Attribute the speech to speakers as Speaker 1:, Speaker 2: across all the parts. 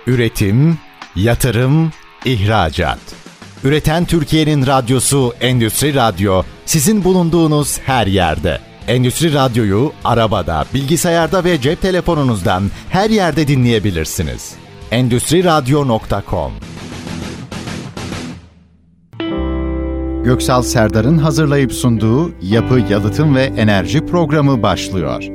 Speaker 1: Üretim, yatırım, ihracat. Üreten Türkiye'nin radyosu Endüstri Radyo, sizin bulunduğunuz her yerde. Endüstri Radyo'yu arabada, bilgisayarda ve cep telefonunuzdan her yerde dinleyebilirsiniz. Endüstriradyo.com. Göksal Serdar'ın hazırlayıp sunduğu Yapı, Yalıtım ve Enerji programı başlıyor.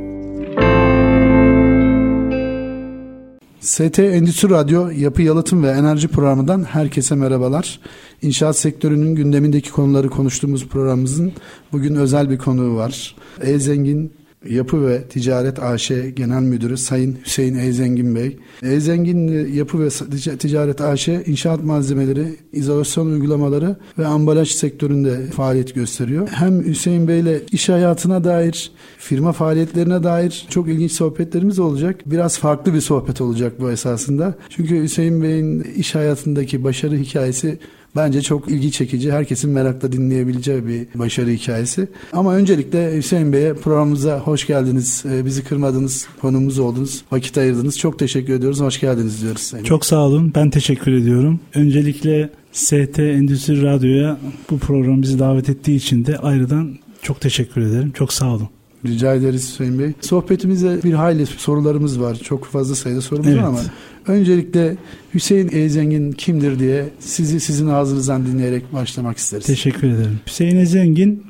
Speaker 2: ST Endüstri Radyo Yapı, Yalıtım ve Enerji programından herkese merhabalar. İnşaat sektörünün gündemindeki konuları konuştuğumuz programımızın bugün özel bir konuğu var. Zengin Yapı ve Ticaret AŞ Genel Müdürü Sayın Hüseyin Zengin Bey. Zengin Yapı ve Ticaret AŞ inşaat malzemeleri, izolasyon uygulamaları ve ambalaj sektöründe faaliyet gösteriyor. Hem Hüseyin Bey ile iş hayatına dair, firma faaliyetlerine dair çok ilginç sohbetlerimiz olacak. Biraz farklı bir sohbet olacak bu esasında. Çünkü Hüseyin Bey'in iş hayatındaki başarı hikayesi bence çok ilgi çekici. Herkesin merakla dinleyebileceği bir başarı hikayesi. Ama öncelikle Hüseyin Bey'e programımıza hoş geldiniz. Bizi kırmadınız, konuğumuz oldunuz, vakit ayırdınız. Çok teşekkür ediyoruz. Hoş geldiniz diyoruz Sayın.
Speaker 3: Çok sağ olun. Ben teşekkür ediyorum. Öncelikle ST Endüstri Radyo'ya bu program bizi davet ettiği için de ayrıdan çok teşekkür ederim. Çok sağ olun.
Speaker 2: Rica ederiz Hüseyin Bey. Sohbetimize bir hayli sorularımız var. Çok fazla sayıda sorumuz var ama öncelikle Hüseyin Zengin kimdir diye sizin ağzınızdan dinleyerek başlamak isteriz.
Speaker 3: Teşekkür ederim. Hüseyin Zengin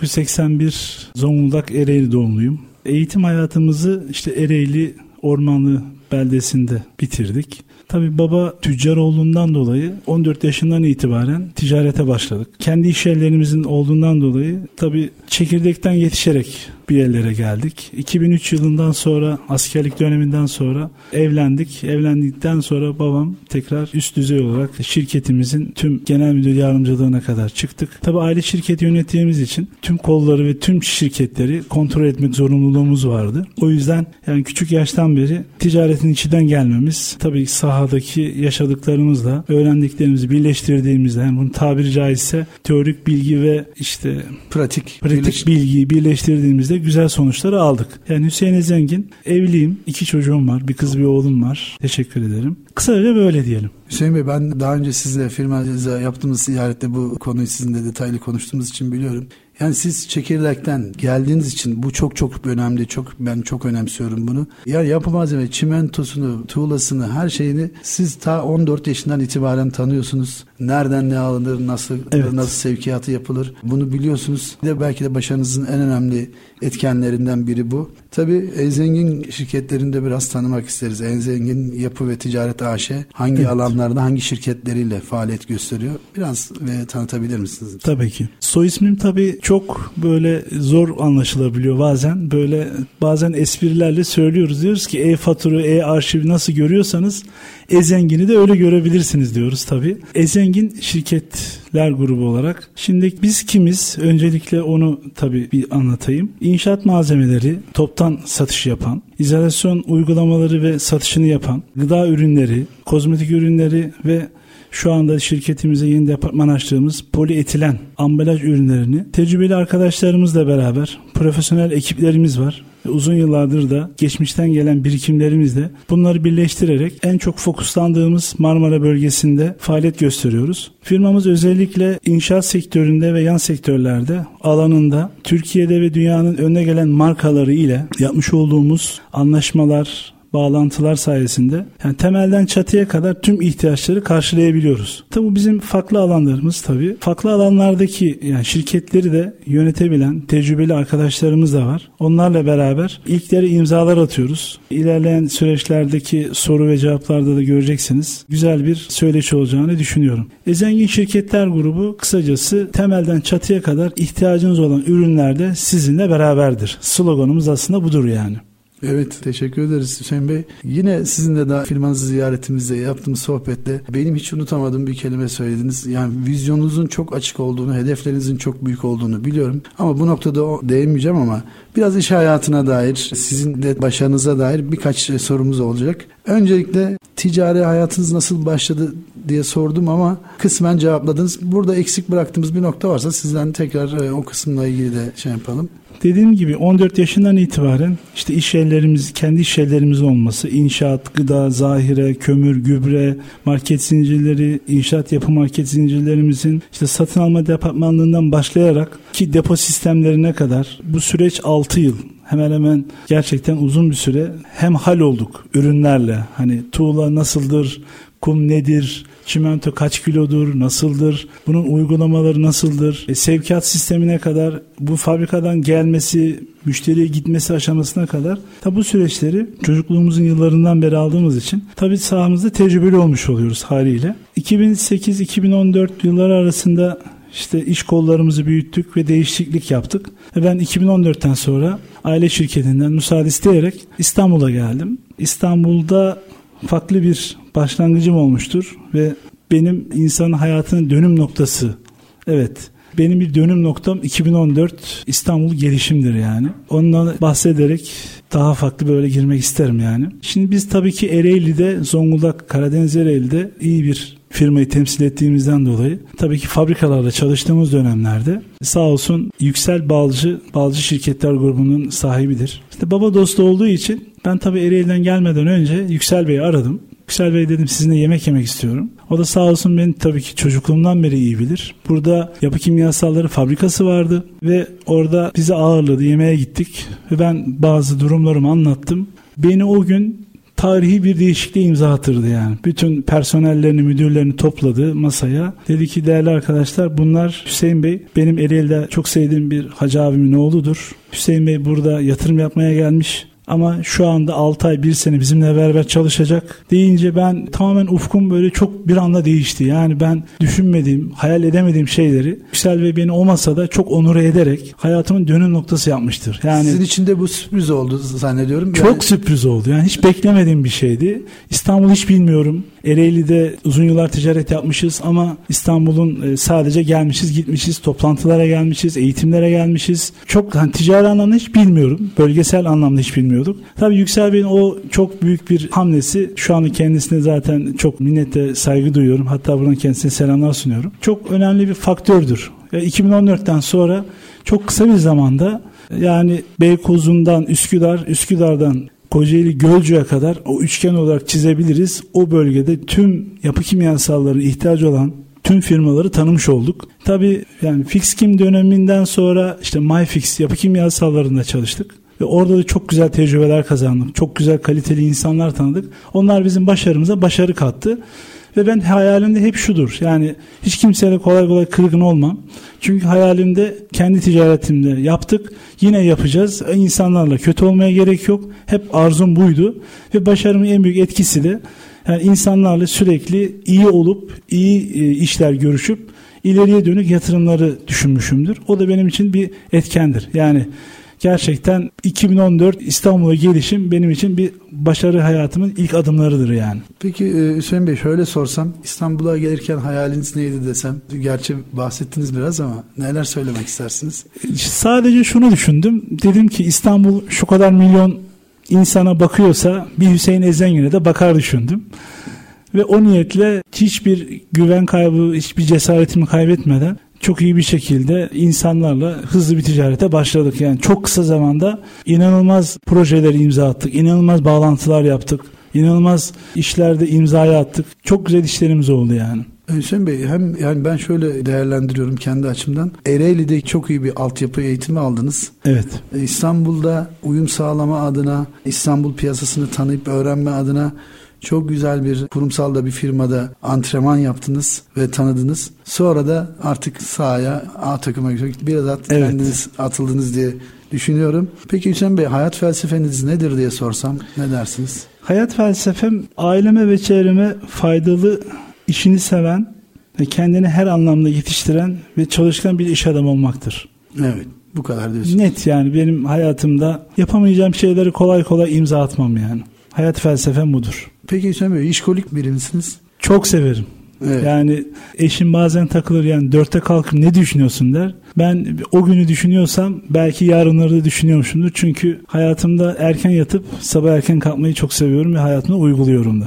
Speaker 3: 1981 Zonguldak Ereğli doğumluyum. Eğitim hayatımızı Ereğli Ormanlı beldesinde bitirdik. Tabii baba tüccar olduğundan dolayı 14 yaşından itibaren ticarete başladık. Kendi iş yerlerimizin olduğundan dolayı tabii çekirdekten yetişerek bir yerlere geldik. 2003 yılından sonra, askerlik döneminden sonra evlendik. Evlendikten sonra babam tekrar üst düzey olarak şirketimizin tüm genel müdür yardımcılığına kadar çıktık. Tabii aile şirketi yönettiğimiz için tüm kolları ve tüm şirketleri kontrol etmek zorunluluğumuz vardı. O yüzden küçük yaştan beri ticaretin içinden gelmemiz, tabii sahadaki yaşadıklarımızla öğrendiklerimizi birleştirdiğimizde, bunun tabiri caizse teorik bilgi ve pratik bilgiyi birleştirdiğimizde güzel sonuçları aldık. Hüseyin Zengin, evliyim, 2 çocuğum var, bir kız bir oğlum var. Teşekkür ederim. Kısaca böyle diyelim.
Speaker 2: Hüseyin Bey, ben daha önce sizle firmanızda yaptığımız ziyarette bu konuyu sizinle detaylı konuştuğumuz için biliyorum. Siz çekirdekten geldiğiniz için bu çok önemli. Ben çok önemsiyorum bunu. Yapı malzeme, çimentosunu, tuğlasını, her şeyini siz ta 14 yaşından itibaren tanıyorsunuz. Nereden ne alınır, nasıl sevkiyatı yapılır, bunu biliyorsunuz. Belki de başarınızın en önemli etkenlerinden biri bu. Tabii Zengin şirketlerinde biraz tanımak isteriz. Zengin Yapı ve Ticaret AŞ hangi alanlarda, hangi şirketleriyle faaliyet gösteriyor? Biraz tanıtabilir misiniz?
Speaker 3: Tabii ki. Soy ismim tabii çok böyle zor anlaşılabiliyor bazen. Bazen esprilerle söylüyoruz. Diyoruz ki e-fatura, e-arşiv nasıl görüyorsanız Zengin'i de öyle görebilirsiniz diyoruz tabii. Zengin şirketler grubu olarak. Şimdi biz kimiz? Öncelikle onu tabii bir anlatayım. İnşaat malzemeleri toptan satış yapan, izolasyon uygulamaları ve satışını yapan, gıda ürünleri, kozmetik ürünleri ve şu anda şirketimize yeni departman açtığımız polietilen ambalaj ürünlerini tecrübeli arkadaşlarımızla beraber profesyonel ekiplerimiz var. Uzun yıllardır da geçmişten gelen birikimlerimizle bunları birleştirerek en çok fokuslandığımız Marmara bölgesinde faaliyet gösteriyoruz. Firmamız özellikle inşaat sektöründe ve yan sektörlerde alanında Türkiye'de ve dünyanın önüne gelen markaları ile yapmış olduğumuz anlaşmalar, bağlantılar sayesinde temelden çatıya kadar tüm ihtiyaçları karşılayabiliyoruz. Tabii bu bizim farklı alanlarımız tabii. Farklı alanlardaki şirketleri de yönetebilen tecrübeli arkadaşlarımız da var. Onlarla beraber ilkleri imzalar atıyoruz. İlerleyen süreçlerdeki soru ve cevaplarda da göreceksiniz. Güzel bir söyleşi olacağını düşünüyorum. Zengin Şirketler Grubu kısacası temelden çatıya kadar ihtiyacınız olan ürünlerde sizinle beraberdir. Sloganımız aslında budur yani.
Speaker 2: Evet, teşekkür ederiz Hüseyin Bey. Yine sizinle de firmanızı ziyaretimizde yaptığımız sohbette benim hiç unutamadığım bir kelime söylediniz. Vizyonunuzun çok açık olduğunu, hedeflerinizin çok büyük olduğunu biliyorum. Ama bu noktada değinmeyeceğim ama biraz iş hayatına dair, sizin de başarınıza dair birkaç sorumuz olacak. Öncelikle ticari hayatınız nasıl başladı diye sordum ama kısmen cevapladınız. Burada eksik bıraktığımız bir nokta varsa sizden tekrar o kısımla ilgili de yapalım.
Speaker 3: dediğim gibi 14 yaşından itibaren işte iş yerlerimiz, kendi iş yerlerimiz olması, inşaat, gıda, zahire, kömür, gübre, market zincirleri, inşaat yapı market zincirlerimizin işte satın alma departmanlığından başlayarak ki depo sistemlerine kadar bu süreç 6 yıl. Hemen hemen gerçekten uzun bir süre hem hal olduk ürünlerle. Hani tuğla nasıldır, kum nedir, çimento kaç kilodur, nasıldır, bunun uygulamaları nasıldır, sevkiyat sistemine kadar, bu fabrikadan gelmesi, müşteriye gitmesi aşamasına kadar. Tabi bu süreçleri çocukluğumuzun yıllarından beri aldığımız için tabi sahamızda tecrübeli olmuş oluyoruz haliyle. 2008-2014 yılları arasında İşte iş kollarımızı büyüttük ve değişiklik yaptık. Ve ben 2014'ten sonra aile şirketinden müsaade isteyerek İstanbul'a geldim. İstanbul'da farklı bir başlangıcım olmuştur ve benim insanın hayatının dönüm noktası. Evet, benim bir dönüm noktam 2014 İstanbul gelişimdir yani. Ondan bahsederek daha farklı böyle girmek isterim yani. Şimdi biz tabii ki Ereğli'de, Zonguldak, Karadeniz Ereğli'de iyi bir firmayı temsil ettiğimizden dolayı tabii ki fabrikalarda çalıştığımız dönemlerde sağ olsun Yüksel Balcı Şirketler Grubu'nun sahibidir. İşte baba dostu olduğu için ben tabii Ereğli'den gelmeden önce Yüksel Bey'i aradım. Yüksel Bey dedim sizinle yemek yemek istiyorum. O da sağ olsun beni tabii ki çocukluğumdan beri iyi bilir. Burada yapı kimyasalları fabrikası vardı ve orada bizi ağırladı, yemeğe gittik ve ben bazı durumlarımı anlattım. Beni o gün tarihi bir değişikliğe imza attırdı yani. Bütün personellerini, müdürlerini topladı masaya. Dedi ki değerli arkadaşlar bunlar Hüseyin Bey, benim Ereğli'de çok sevdiğim bir hacı abimin oğludur. Hüseyin Bey burada yatırım yapmaya gelmiş. Ama şu anda 6 ay 1 sene bizimle beraber çalışacak deyince ben tamamen ufkum böyle çok bir anda değişti. Yani ben düşünmediğim, hayal edemediğim şeyleri Yüksel Bey beni o masada çok onure ederek hayatımın dönüm noktası yapmıştır. Yani
Speaker 2: sizin için de bu sürpriz oldu zannediyorum.
Speaker 3: Çok sürpriz oldu. Yani hiç beklemediğim bir şeydi. İstanbul hiç bilmiyorum. Ereğli'de uzun yıllar ticaret yapmışız ama İstanbul'un sadece gelmişiz, gitmişiz, toplantılara gelmişiz, eğitimlere gelmişiz. Çok ticari anlamda hiç bilmiyorum. Bölgesel anlamda hiç bilmiyorduk. Tabii Yüksel Bey'in o çok büyük bir hamlesi. Şu anda kendisine zaten çok minnetle saygı duyuyorum. Hatta buradan kendisine selamlar sunuyorum. Çok önemli bir faktördür. 2014'ten sonra çok kısa bir zamanda yani Beykoz'undan Üsküdar'dan Kocaeli Gölcük'e kadar o üçgen olarak çizebiliriz. O bölgede tüm yapı kimyasalları ihtiyacı olan tüm firmaları tanımış olduk. Tabii yani Fixkim döneminden sonra işte MyFix yapı kimyasallarında çalıştık. Ve orada da çok güzel tecrübeler kazandık. Çok güzel kaliteli insanlar tanıdık. Onlar bizim başarımıza başarı kattı. Ve ben hayalimde hep şudur. Yani hiç kimseyle kolay kolay kırgın olmam. Çünkü hayalimde kendi ticaretimde yaptık. Yine yapacağız. İnsanlarla kötü olmaya gerek yok. Hep arzum buydu. Ve başarımın en büyük etkisi de yani insanlarla sürekli iyi olup iyi işler görüşüp ileriye dönük yatırımları düşünmüşümdür. O da benim için bir etkendir. Yani gerçekten 2014 İstanbul'a gelişim benim için bir başarı hayatımın ilk adımlarıdır yani.
Speaker 2: Peki Hüseyin Bey şöyle sorsam, İstanbul'a gelirken hayaliniz neydi desem? Gerçi bahsettiniz biraz ama neler söylemek istersiniz?
Speaker 3: Sadece şunu düşündüm. Dedim ki İstanbul şu kadar milyon insana bakıyorsa bir Hüseyin Ezengin'e de bakar düşündüm. Ve o niyetle hiçbir güven kaybı, hiçbir cesaretimi kaybetmeden çok iyi bir şekilde insanlarla hızlı bir ticarete başladık. Yani çok kısa zamanda inanılmaz projeleri imza attık. İnanılmaz bağlantılar yaptık. İnanılmaz işlerde imzaya attık. Çok güzel işlerimiz oldu yani.
Speaker 2: Hüseyin Bey hem yani ben şöyle değerlendiriyorum kendi açımdan. Ereğli'de çok iyi bir altyapı eğitimi aldınız.
Speaker 3: Evet.
Speaker 2: İstanbul'da uyum sağlama adına, İstanbul piyasasını tanıyıp öğrenme adına çok güzel bir kurumsal da bir firmada antrenman yaptınız ve tanıdınız. Sonra da artık sahaya, A takıma biraz kendiniz atıldınız diye düşünüyorum. Peki Hüseyin Bey, hayat felsefeniz nedir diye sorsam ne dersiniz?
Speaker 3: Hayat felsefem aileme ve çevreme faydalı, işini seven ve kendini her anlamda yetiştiren ve çalışkan bir iş adamı olmaktır.
Speaker 2: Evet, bu kadar diyorsunuz.
Speaker 3: Net yani benim hayatımda yapamayacağım şeyleri kolay kolay imza atmam yani. Hayat felsefem budur.
Speaker 2: Peki Hüseyin Bey, işkolik biri misiniz?
Speaker 3: Çok severim. Evet. Yani eşim bazen takılır yani 4'te kalkıp ne düşünüyorsun der. Ben o günü düşünüyorsam belki yarınları da düşünüyormuşumdur. Çünkü hayatımda erken yatıp sabah erken kalkmayı çok seviyorum ve hayatımda uyguluyorum da.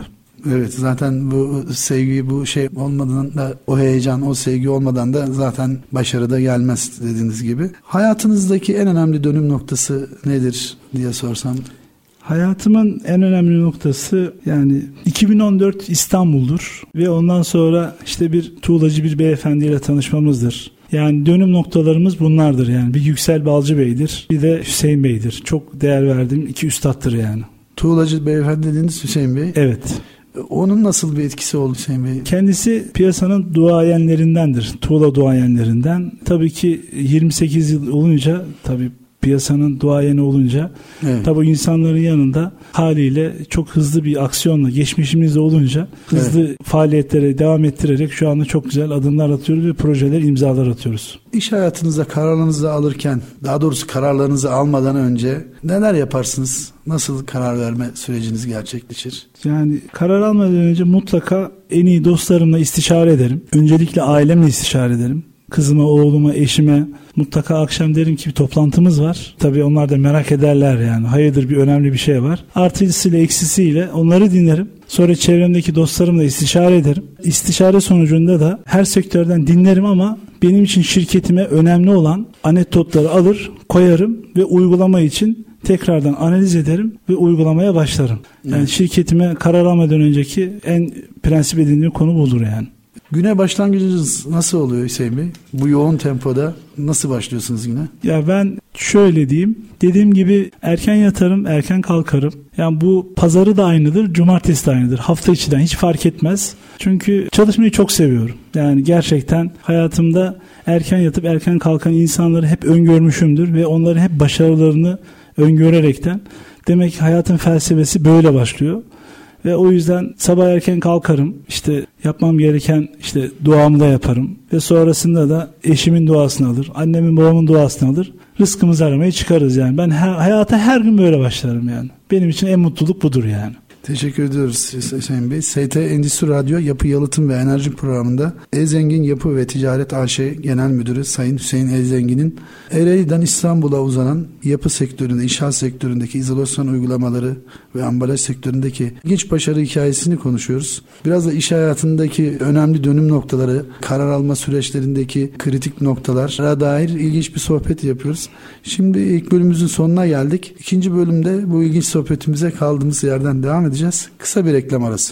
Speaker 2: Evet, zaten bu sevgi, bu şey olmadan da, o heyecan, o sevgi olmadan da zaten başarı da gelmez dediğiniz gibi. Hayatınızdaki en önemli dönüm noktası nedir diye sorsam?
Speaker 3: Hayatımın en önemli noktası yani 2014 İstanbul'dur ve ondan sonra işte bir tuğlacı bir beyefendiyle tanışmamızdır. Yani dönüm noktalarımız bunlardır yani. Bir Yüksel Balcı Bey'dir, bir de Hüseyin Bey'dir. Çok değer verdiğim iki üstattır yani.
Speaker 2: Tuğlacı beyefendi dediğiniz Hüseyin Bey.
Speaker 3: Evet.
Speaker 2: Onun nasıl bir etkisi oldu Hüseyin Bey?
Speaker 3: Kendisi piyasanın duayenlerindendir. Tuğla duayenlerinden. Tabii ki 28 yıl olunca, tabii piyasanın duayeni olunca, evet, tabii insanların yanında haliyle çok hızlı bir aksiyonla, geçmişimizde olunca hızlı, evet, faaliyetlere devam ettirerek şu anda çok güzel adımlar atıyoruz ve projeler, imzalar atıyoruz.
Speaker 2: İş hayatınızda kararlarınızı alırken, daha doğrusu kararlarınızı almadan önce neler yaparsınız? Nasıl karar verme süreciniz gerçekleşir?
Speaker 3: Yani karar almadan önce mutlaka en iyi dostlarımla istişare ederim. Öncelikle ailemle istişare ederim. Kızıma, oğluma, eşime mutlaka akşam derim ki bir toplantımız var. Tabii onlar da merak ederler yani. Hayırdır, bir önemli bir şey var. Artısıyla eksisiyle onları dinlerim. Sonra çevremdeki dostlarımla istişare ederim. İstişare sonucunda da her sektörden dinlerim ama benim için şirketime önemli olan anekdotları alır, koyarım ve uygulama için tekrardan analiz ederim ve uygulamaya başlarım. Yani şirketime karar almadan önceki en prensip edindiğim konu budur yani.
Speaker 2: Güne başlangıcınız nasıl oluyor Hüseyin Bey? Bu yoğun tempoda nasıl başlıyorsunuz güne?
Speaker 3: Ya ben şöyle diyeyim. Dediğim gibi erken yatarım, erken kalkarım. Yani bu pazarı da aynıdır, cumartesi de aynıdır. Hafta içinden hiç fark etmez. Çünkü çalışmayı çok seviyorum. Yani gerçekten hayatımda erken yatıp erken kalkan insanları hep öngörmüşümdür ve onların hep başarılarını öngörerekten. Demek ki hayatın felsefesi böyle başlıyor. Ve o yüzden sabah erken kalkarım. İşte yapmam gereken işte duamı da yaparım. Ve sonrasında da eşimin duasını alır. Annemin, babamın duasını alır. Rızkımızı aramaya çıkarız yani. Ben hayata her gün böyle başlarım yani. Benim için en mutluluk budur yani.
Speaker 2: Teşekkür ediyoruz Hüseyin Bey. ST Endüstri Radyo Yapı Yalıtım ve Enerji programında E-Zengin Yapı ve Ticaret AŞ Genel Müdürü Sayın Hüseyin E-Zengin'in Ereğli'den İstanbul'a uzanan yapı sektöründe, inşaat sektöründeki izolasyon uygulamaları ve ambalaj sektöründeki ilginç başarı hikayesini konuşuyoruz. Biraz da iş hayatındaki önemli dönüm noktaları, karar alma süreçlerindeki kritik noktalara dair ilginç bir sohbet yapıyoruz. Şimdi ilk bölümümüzün sonuna geldik. İkinci bölümde bu ilginç sohbetimize kaldığımız yerden devam edeceğiz. Kısa bir reklam arası.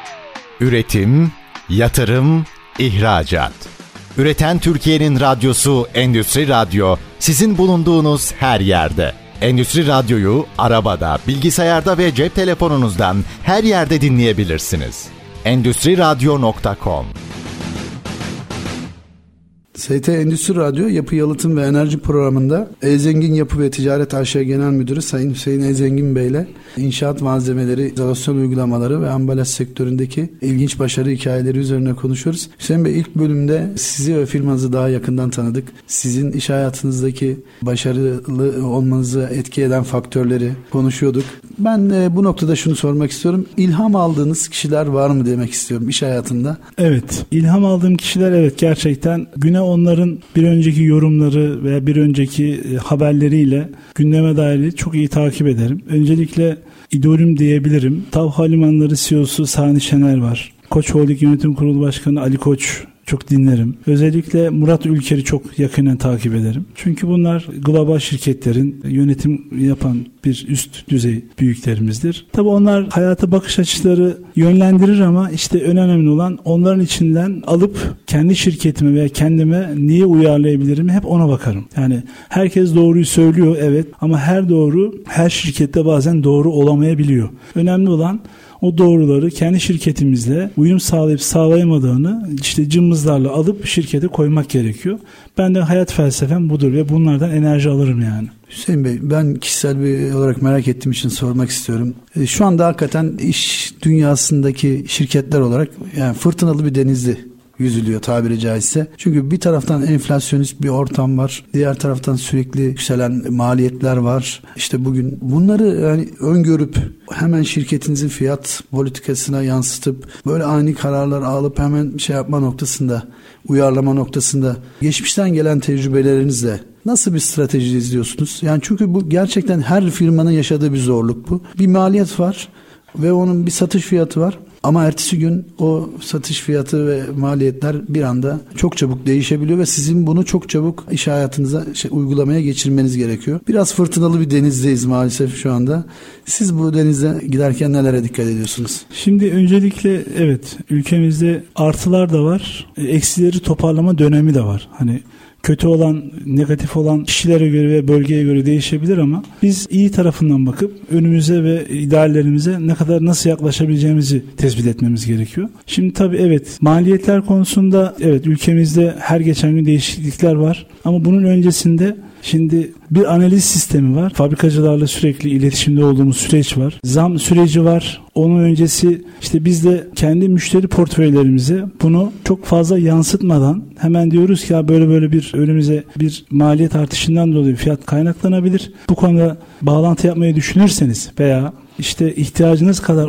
Speaker 1: Üretim, yatırım, ihracat. Üreten Türkiye'nin radyosu Endüstri Radyo, sizin bulunduğunuz her yerde. Endüstri Radyo'yu arabada, bilgisayarda ve cep telefonunuzdan her yerde dinleyebilirsiniz. Endüstriradyo.com.
Speaker 2: ST Endüstri Radyo Yapı Yalıtım ve Enerji programında E-Zengin Yapı ve Ticaret AŞ Genel Müdürü Sayın Hüseyin E-Zengin Bey ile inşaat malzemeleri, izolasyon uygulamaları ve ambalaj sektöründeki ilginç başarı hikayeleri üzerine konuşuyoruz. Hüseyin Bey, ilk bölümde sizi ve firmanızı daha yakından tanıdık. Sizin iş hayatınızdaki başarılı olmanızı etki eden faktörleri konuşuyorduk. Ben bu noktada şunu sormak istiyorum. İlham aldığınız kişiler var mı demek istiyorum iş hayatında?
Speaker 3: Evet. İlham aldığım kişiler, evet, gerçekten güne onların bir önceki yorumları veya bir önceki haberleriyle gündeme dair çok iyi takip ederim. Öncelikle idolüm diyebilirim. TAV Havalimanları CEO'su Sani Şener var. Koç Holding Yönetim Kurulu Başkanı Ali Koç çok dinlerim. Özellikle Murat Ülker'i çok yakinen takip ederim. Çünkü bunlar global şirketlerin yönetim yapan bir üst düzey büyüklerimizdir. Tabii onlar hayata bakış açıları yönlendirir ama işte önemli olan onların içinden alıp kendi şirketime veya kendime niye uyarlayabilirim, hep ona bakarım. Yani herkes doğruyu söylüyor, evet, ama her doğru her şirkette bazen doğru olamayabiliyor. Önemli olan o doğruları kendi şirketimizle uyum sağlayıp sağlayamadığını işte cımbızlarla alıp şirkete koymak gerekiyor. Ben de hayat felsefem budur ve bunlardan enerji alırım yani.
Speaker 2: Hüseyin Bey, ben kişisel bir olarak merak ettiğim için sormak istiyorum. Şu anda hakikaten iş dünyasındaki şirketler olarak yani fırtınalı bir denizde yüzülüyor tabiri caizse. Çünkü bir taraftan enflasyonist bir ortam var. Diğer taraftan sürekli yükselen maliyetler var. İşte bugün bunları yani öngörüp hemen şirketinizin fiyat politikasına yansıtıp böyle ani kararlar alıp hemen şey yapma noktasında, uyarlama noktasında geçmişten gelen tecrübelerinizle nasıl bir strateji izliyorsunuz? Yani çünkü bu gerçekten her firmanın yaşadığı bir zorluk bu. Bir maliyet var ve onun bir satış fiyatı var. Ama ertesi gün o satış fiyatı ve maliyetler bir anda çok çabuk değişebiliyor ve sizin bunu çok çabuk iş hayatınıza uygulamaya geçirmeniz gerekiyor. Biraz fırtınalı bir denizdeyiz maalesef şu anda. Siz bu denizde giderken nelere dikkat ediyorsunuz?
Speaker 3: Şimdi öncelikle evet, ülkemizde artılar da var, eksileri toparlama dönemi de var. Hani kötü olan, negatif olan kişilere göre ve bölgeye göre değişebilir ama biz iyi tarafından bakıp önümüze ve ideallerimize ne kadar nasıl yaklaşabileceğimizi tespit etmemiz gerekiyor. Şimdi tabii evet, maliyetler konusunda evet ülkemizde her geçen gün değişiklikler var ama bunun öncesinde şimdi bir analiz sistemi var. Fabrikacılarla sürekli iletişimde olduğumuz süreç var. Zam süreci var. Onun öncesi işte biz de kendi müşteri portföylerimize bunu çok fazla yansıtmadan hemen diyoruz ki ya böyle bir önümüze bir maliyet artışından dolayı fiyat kaynaklanabilir. Bu konuda bağlantı yapmayı düşünürseniz veya işte ihtiyacınız kadar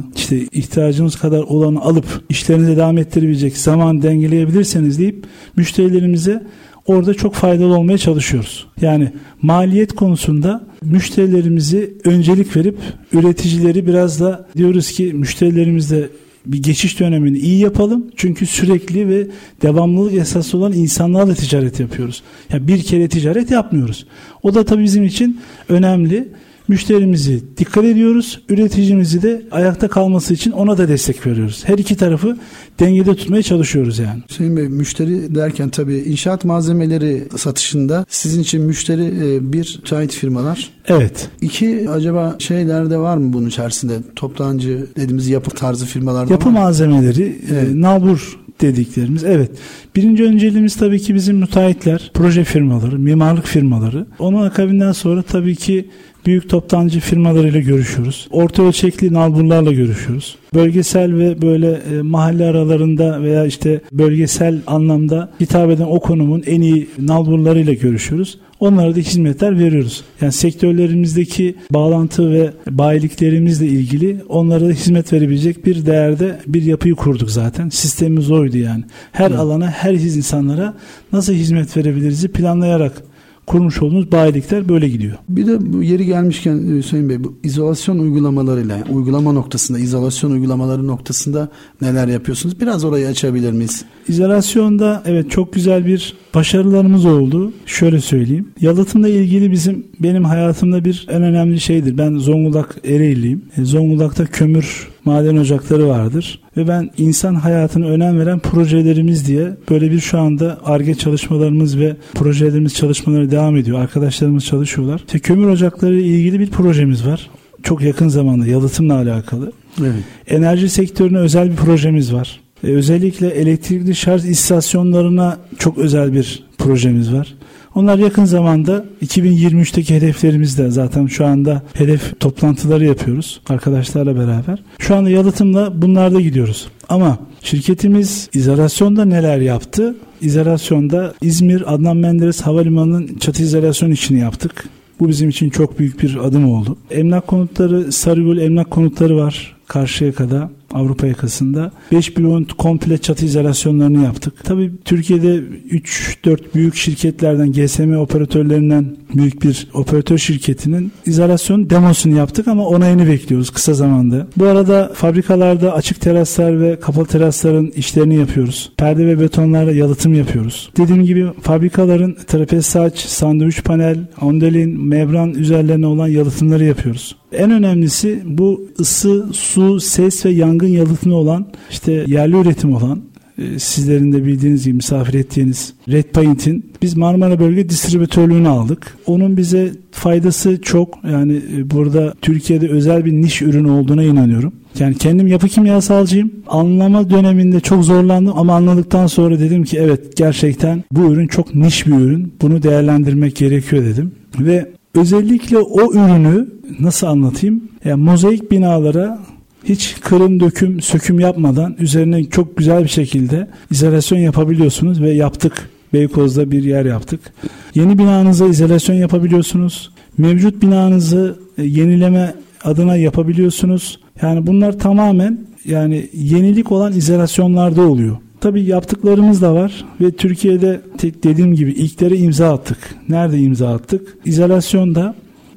Speaker 3: olanı alıp işlerinize devam ettirebilecek zaman dengeleyebilirseniz deyip müşterilerimize orada çok faydalı olmaya çalışıyoruz. Yani maliyet konusunda müşterilerimizi öncelik verip üreticileri biraz da diyoruz ki müşterilerimizle bir geçiş dönemini iyi yapalım. Çünkü sürekli ve devamlılık esaslı olan insanlarla ticaret yapıyoruz. Yani bir kere ticaret yapmıyoruz. O da tabii bizim için önemli. Müşterimizi dikkat ediyoruz. Üreticimizi de ayakta kalması için ona da destek veriyoruz. Her iki tarafı dengede tutmaya çalışıyoruz yani.
Speaker 2: Hüseyin Bey, müşteri derken tabii inşaat malzemeleri satışında sizin için müşteri bir müteahhit firmalar.
Speaker 3: Evet.
Speaker 2: İki, acaba şeylerde var mı bunun içerisinde? Toptancı dediğimiz yapı tarzı firmalarda
Speaker 3: yapı malzemeleri, evet. Nalbur dediklerimiz. Evet. Birinci önceliğimiz tabii ki bizim müteahhitler, proje firmaları, mimarlık firmaları. Onun akabinden sonra tabii ki büyük toptancı firmalarıyla görüşüyoruz. Orta ölçekli nalburlarla görüşüyoruz. Bölgesel ve böyle mahalle aralarında veya işte bölgesel anlamda hitap eden o konumun en iyi nalburlarıyla görüşüyoruz. Onlara da hizmetler veriyoruz. Yani sektörlerimizdeki bağlantı ve bayiliklerimizle ilgili onlara da hizmet verebilecek bir değerde bir yapıyı kurduk zaten. Sistemimiz oydu yani. Her alana, her insanlara nasıl hizmet verebiliriz planlayarak kurmuş olduğumuz bayilikler böyle gidiyor.
Speaker 2: Bir de bu yeri gelmişken Hüseyin Bey, bu izolasyon uygulamalarıyla, uygulama noktasında, izolasyon uygulamaları noktasında neler yapıyorsunuz? Biraz orayı açabilir miyiz?
Speaker 3: İzolasyonda evet çok güzel bir başarılarımız oldu. Şöyle söyleyeyim. Yalıtımla ilgili benim hayatımda bir en önemli şeydir. Ben Zonguldak Ereğliyim. Zonguldak'ta kömür maden ocakları vardır. Ve ben insan hayatına önem veren projelerimiz diye böyle bir şu anda Ar-Ge çalışmalarımız ve projelerimiz çalışmaları devam ediyor. Arkadaşlarımız çalışıyorlar. İşte kömür ocakları ile ilgili bir projemiz var. Çok yakın zamanda yalıtımla alakalı. Evet. Enerji sektörüne özel bir projemiz var. Özellikle elektrikli şarj istasyonlarına çok özel bir projemiz var. Onlar yakın zamanda 2023'teki hedeflerimizde zaten şu anda hedef toplantıları yapıyoruz arkadaşlarla beraber. Şu anda yalıtımla bunlarda gidiyoruz. Ama şirketimiz izolasyonda neler yaptı? İzolasyonda İzmir Adnan Menderes Havalimanı'nın çatı izolasyon işini yaptık. Bu bizim için çok büyük bir adım oldu. Emlak konutları, Sarıgöl emlak konutları var Karşıyaka'da, Avrupa yakasında. 5 bloğun komple çatı izolasyonlarını yaptık. Tabii Türkiye'de 3-4 büyük şirketlerden, GSM operatörlerinden büyük bir operatör şirketinin izolasyon demosunu yaptık ama onayını bekliyoruz kısa zamanda. Bu arada fabrikalarda açık teraslar ve kapalı terasların işlerini yapıyoruz. Perde ve betonlarla yalıtım yapıyoruz. Dediğim gibi fabrikaların trapez saç, sandviç panel, ondelin, membran üzerlerine olan yalıtımları yapıyoruz. En önemlisi bu ısı, su, ses ve yangın yalıtımı olan, işte yerli üretim olan, sizlerin de bildiğiniz gibi misafir ettiğiniz Red Paint'in biz Marmara Bölge distribütörlüğünü aldık. Onun bize faydası çok. Yani burada Türkiye'de özel bir niş ürün olduğuna inanıyorum. Yani kendim yapı kimyasalcıyım. Anlama döneminde çok zorlandım ama anladıktan sonra dedim ki evet, gerçekten bu ürün çok niş bir ürün. Bunu değerlendirmek gerekiyor dedim. Ve özellikle o ürünü nasıl anlatayım? Yani mozaik binalara hiç kırım, döküm, söküm yapmadan üzerine çok güzel bir şekilde izolasyon yapabiliyorsunuz ve yaptık. Beykoz'da bir yer yaptık. Yeni binanıza izolasyon yapabiliyorsunuz. Mevcut binanızı yenileme adına yapabiliyorsunuz. Yani bunlar tamamen yani yenilik olan izolasyonlarda oluyor. Tabii yaptıklarımız da var ve Türkiye'de dediğim gibi ilklere imza attık. Nerede imza attık? İzolasyonda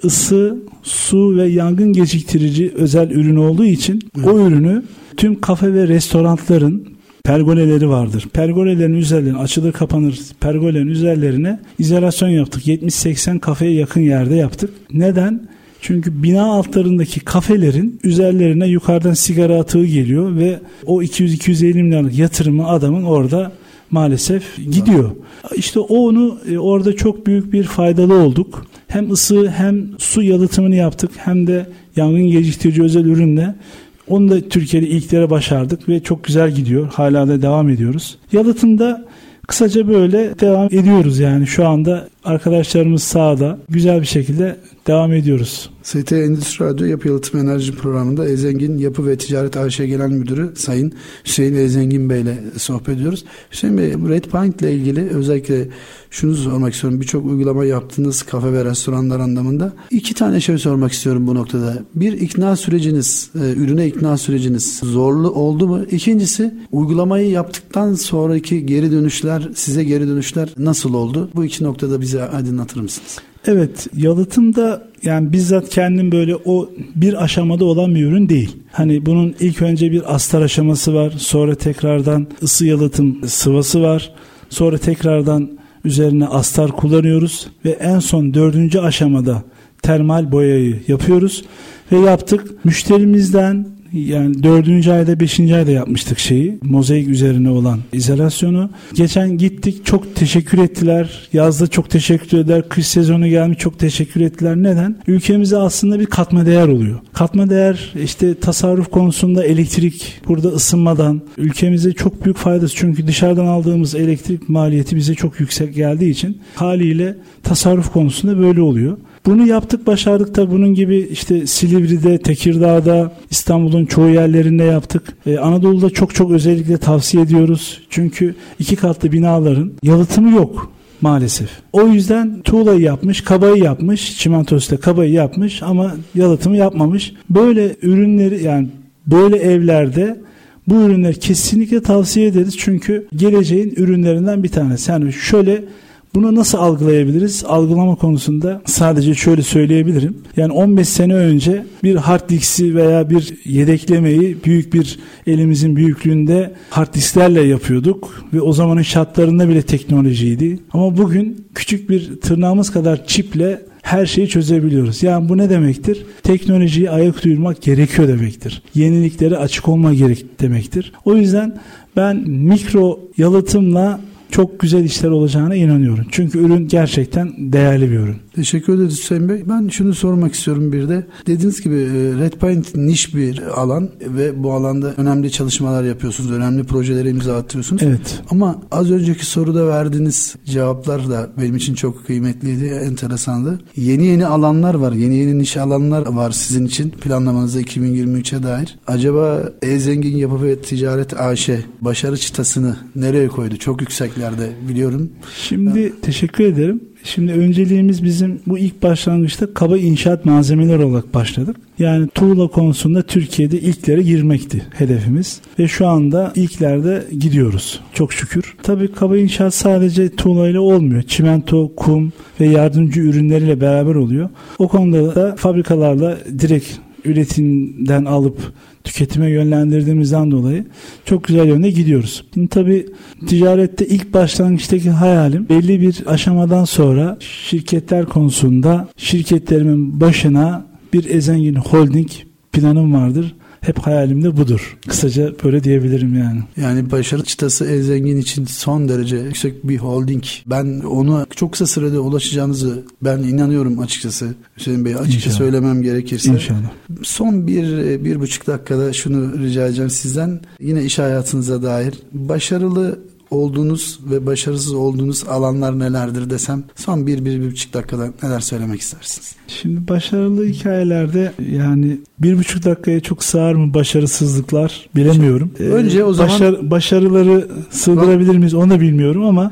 Speaker 3: ısı, su ve yangın geciktirici özel ürün olduğu için o ürünü tüm kafe ve restoranların pergoleleri vardır. Pergolelerin üzerlerine açılır kapanır pergolelerin üzerlerine izolasyon yaptık. 70-80 kafeye yakın yerde yaptık. Neden? Çünkü bina altlarındaki kafelerin üzerlerine yukarıdan sigara atığı geliyor ve o 200-250 milyarlık yatırımı adamın orada maalesef gidiyor. İşte onu orada çok büyük bir faydalı olduk. Hem ısı hem su yalıtımını yaptık hem de yangın geciktirici özel ürünle. Onu da Türkiye'de ilklere başardık ve çok güzel gidiyor. Hala da devam ediyoruz. Yalıtımda kısaca böyle devam ediyoruz yani şu anda arkadaşlarımız sahada güzel bir şekilde devam ediyoruz.
Speaker 2: ST Endüstri Radyo Yapı Yalıtım Enerji Programı'nda Ezengin Yapı ve Ticaret AŞ Genel Müdürü Sayın Hüseyin Ezengin Bey ile sohbet ediyoruz. Hüseyin Bey, Red Paint ile ilgili özellikle şunu sormak istiyorum. Birçok uygulama yaptığınız kafe ve restoranlar anlamında 2 tane şey sormak istiyorum bu noktada. Bir, ikna süreciniz, ürüne ikna süreciniz zorlu oldu mu? İkincisi, uygulamayı yaptıktan sonraki geri dönüşler, size geri dönüşler nasıl oldu? Bu 2 noktada bize aydınlatır mısınız?
Speaker 3: Evet, yalıtımda yani bizzat kendim böyle o bir aşamada olan bir ürün değil. Hani bunun ilk önce bir astar aşaması var. Sonra tekrardan ısı yalıtım sıvası var. Sonra tekrardan üzerine astar kullanıyoruz. Ve en son 4. aşamada termal boyayı yapıyoruz. Ve yaptık. Müşterimizden yani 4. ayda 5. ayda yapmıştık şeyi. Mozaik üzerine olan izolasyonu. Geçen gittik, çok teşekkür ettiler. Yazda çok teşekkür ettiler. Kış sezonu gelmiş, çok teşekkür ettiler. Neden? Ülkemize aslında bir katma değer oluyor. Katma değer işte tasarruf konusunda elektrik burada ısınmadan ülkemize çok büyük faydası. Çünkü dışarıdan aldığımız elektrik maliyeti bize çok yüksek geldiği için haliyle tasarruf konusunda böyle oluyor. Bunu yaptık, başardık da bunun gibi işte Silivri'de, Tekirdağ'da, İstanbul'un çoğu yerlerinde yaptık. Anadolu'da çok özellikle tavsiye ediyoruz. Çünkü 2 katlı binaların yalıtımı yok maalesef. O yüzden tuğlayı yapmış, kabayı yapmış, çimentosuyla kabayı yapmış ama yalıtımı yapmamış. Böyle ürünleri yani böyle evlerde bu ürünleri kesinlikle tavsiye ederiz. Çünkü geleceğin ürünlerinden bir tanesi. Yani şöyle bunu nasıl algılayabiliriz? Algılama konusunda sadece şöyle söyleyebilirim. Yani 15 sene önce bir hard diski veya bir yedeklemeyi büyük bir elimizin büyüklüğünde hard disklerle yapıyorduk. Ve o zamanın şartlarında bile teknolojiydi. Ama bugün küçük bir tırnağımız kadar çiple her şeyi çözebiliyoruz. Yani bu ne demektir? Teknolojiyi ayak uydurmak gerekiyor demektir. Yeniliklere açık olma gerek demektir. O yüzden ben mikro yalıtımla çok güzel işler olacağına inanıyorum. Çünkü ürün gerçekten değerli bir ürün.
Speaker 2: Teşekkür ederiz Hüseyin Bey. Ben şunu sormak istiyorum bir de. Dediğiniz gibi Red Paint niş bir alan ve bu alanda önemli çalışmalar yapıyorsunuz. Önemli projelere imza atıyorsunuz.
Speaker 3: Evet.
Speaker 2: Ama az önceki soruda verdiğiniz cevaplar da benim için çok kıymetliydi, enteresandı. Yeni alanlar var. Yeni niş alanlar var sizin için planlamanızda 2023'e dair. Acaba Ezengin Yapı ve Ticaret AŞ başarı çıtasını nereye koydu? Çok yükseklerde biliyorum.
Speaker 3: Şimdi teşekkür ederim. Şimdi önceliğimiz bizim bu ilk başlangıçta kaba inşaat malzemeleri olarak başladık. Yani tuğla konusunda Türkiye'de ilklere girmekti hedefimiz. Ve şu anda ilklerde gidiyoruz. Çok şükür. Tabii kaba inşaat sadece tuğlayla olmuyor. Çimento, kum ve yardımcı ürünleriyle beraber oluyor. O konuda da fabrikalarla direkt üretimden alıp tüketime yönlendirdiğimizden dolayı çok güzel yönde gidiyoruz. Şimdi tabii ticarette ilk başlangıçtaki hayalim belli bir aşamadan sonra şirketler konusunda şirketlerimin başına bir Ezengin Holding planım vardır. Hep hayalim de budur. Kısaca böyle diyebilirim yani.
Speaker 2: Yani başarı çıtası Ezengin için son derece yüksek bir holding. Ben onu çok kısa sürede ulaşacağınızı ben inanıyorum açıkçası. Hüseyin Bey açıkça İnşallah. Söylemem gerekirse.
Speaker 3: İnşallah.
Speaker 2: Son bir buçuk dakikada şunu rica edeceğim sizden. Yine iş hayatınıza dair başarılı olduğunuz ve başarısız olduğunuz alanlar nelerdir desem son bir buçuk dakikada neler söylemek istersiniz?
Speaker 3: Şimdi başarılı hikayelerde yani 1,5 dakikaya çok sığar mı başarısızlıklar bilemiyorum.
Speaker 2: Önce o zaman
Speaker 3: başarıları sığdırabilir miyiz onu da bilmiyorum ama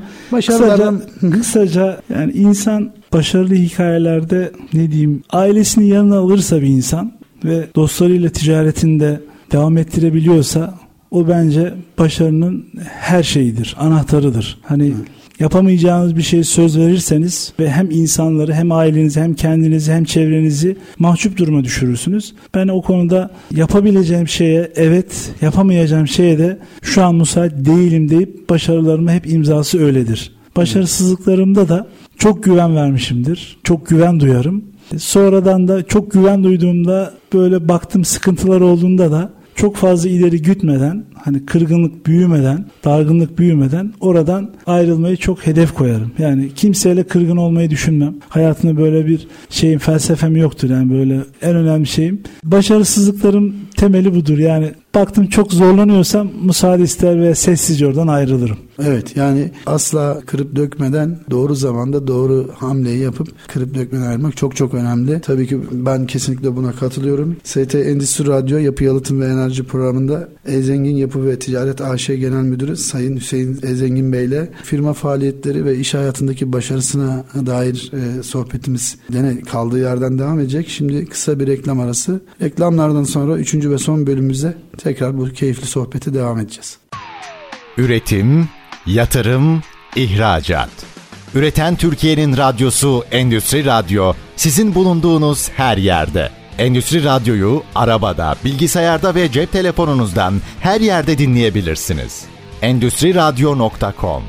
Speaker 3: kısaca yani insan başarılı hikayelerde ne diyeyim ailesini yanına alırsa bir insan ve dostlarıyla ticaretinde devam ettirebiliyorsa O bence başarının her şeyidir, anahtarıdır. Hani yapamayacağınız bir şeye söz verirseniz ve hem insanları hem ailenizi hem kendinizi hem çevrenizi mahcup duruma düşürürsünüz. Ben o konuda yapabileceğim şeye evet, yapamayacağım şeye de şu an müsait değilim deyip başarılarıma hep imzası öyledir. Başarısızlıklarımda da çok güven vermişimdir. Çok güven duyarım. Sonradan da çok güven duyduğumda böyle baktım sıkıntılar olduğunda da çok fazla ileri gütmeden, hani kırgınlık büyümeden, dargınlık büyümeden oradan ayrılmayı çok hedef koyarım. Yani kimseyle kırgın olmayı düşünmem. Hayatımda böyle bir felsefem yoktur. Yani böyle en önemli şeyim. Başarısızlıklarım temeli budur. Yani baktım çok zorlanıyorsam müsaade ister ve sessizce oradan ayrılırım.
Speaker 2: Evet, yani asla kırıp dökmeden doğru zamanda doğru hamleyi yapıp kırıp dökmeden ayrılmak çok çok önemli. Tabii ki ben kesinlikle buna katılıyorum. ST Endüstri Radyo Yapı Yalıtım ve Enerji programında Zengin Yapı ve Ticaret AŞ Genel Müdürü Sayın Hüseyin Zengin Bey ile firma faaliyetleri ve iş hayatındaki başarısına dair sohbetimiz gene kaldığı yerden devam edecek. Şimdi kısa bir reklam arası. Reklamlardan sonra 3. ve son bölümümüzde tekrar bu keyifli sohbete devam edeceğiz.
Speaker 1: Üretim, yatırım, ihracat. Üreten Türkiye'nin radyosu Endüstri Radyo, sizin bulunduğunuz her yerde. Endüstri Radyo'yu arabada, bilgisayarda ve cep telefonunuzdan her yerde dinleyebilirsiniz. Endüstriradyo.com.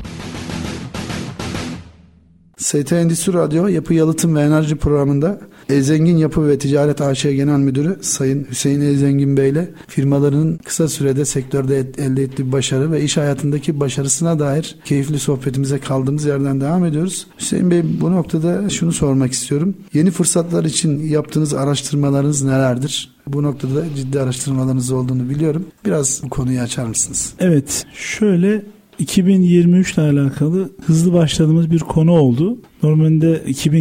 Speaker 2: ST Endüstri Radyo Yapı Yalıtım ve Enerji programında Zengin Yapı ve Ticaret AŞ Genel Müdürü Sayın Hüseyin Zengin Bey ile firmalarının kısa sürede sektörde elde ettiği başarı ve iş hayatındaki başarısına dair keyifli sohbetimize kaldığımız yerden devam ediyoruz. Hüseyin Bey, bu noktada şunu sormak istiyorum. Yeni fırsatlar için yaptığınız araştırmalarınız nelerdir? Bu noktada ciddi araştırmalarınız olduğunu biliyorum. Biraz bu konuyu açar mısınız?
Speaker 3: Evet, şöyle 2023 ile alakalı hızlı başladığımız bir konu oldu. Normalde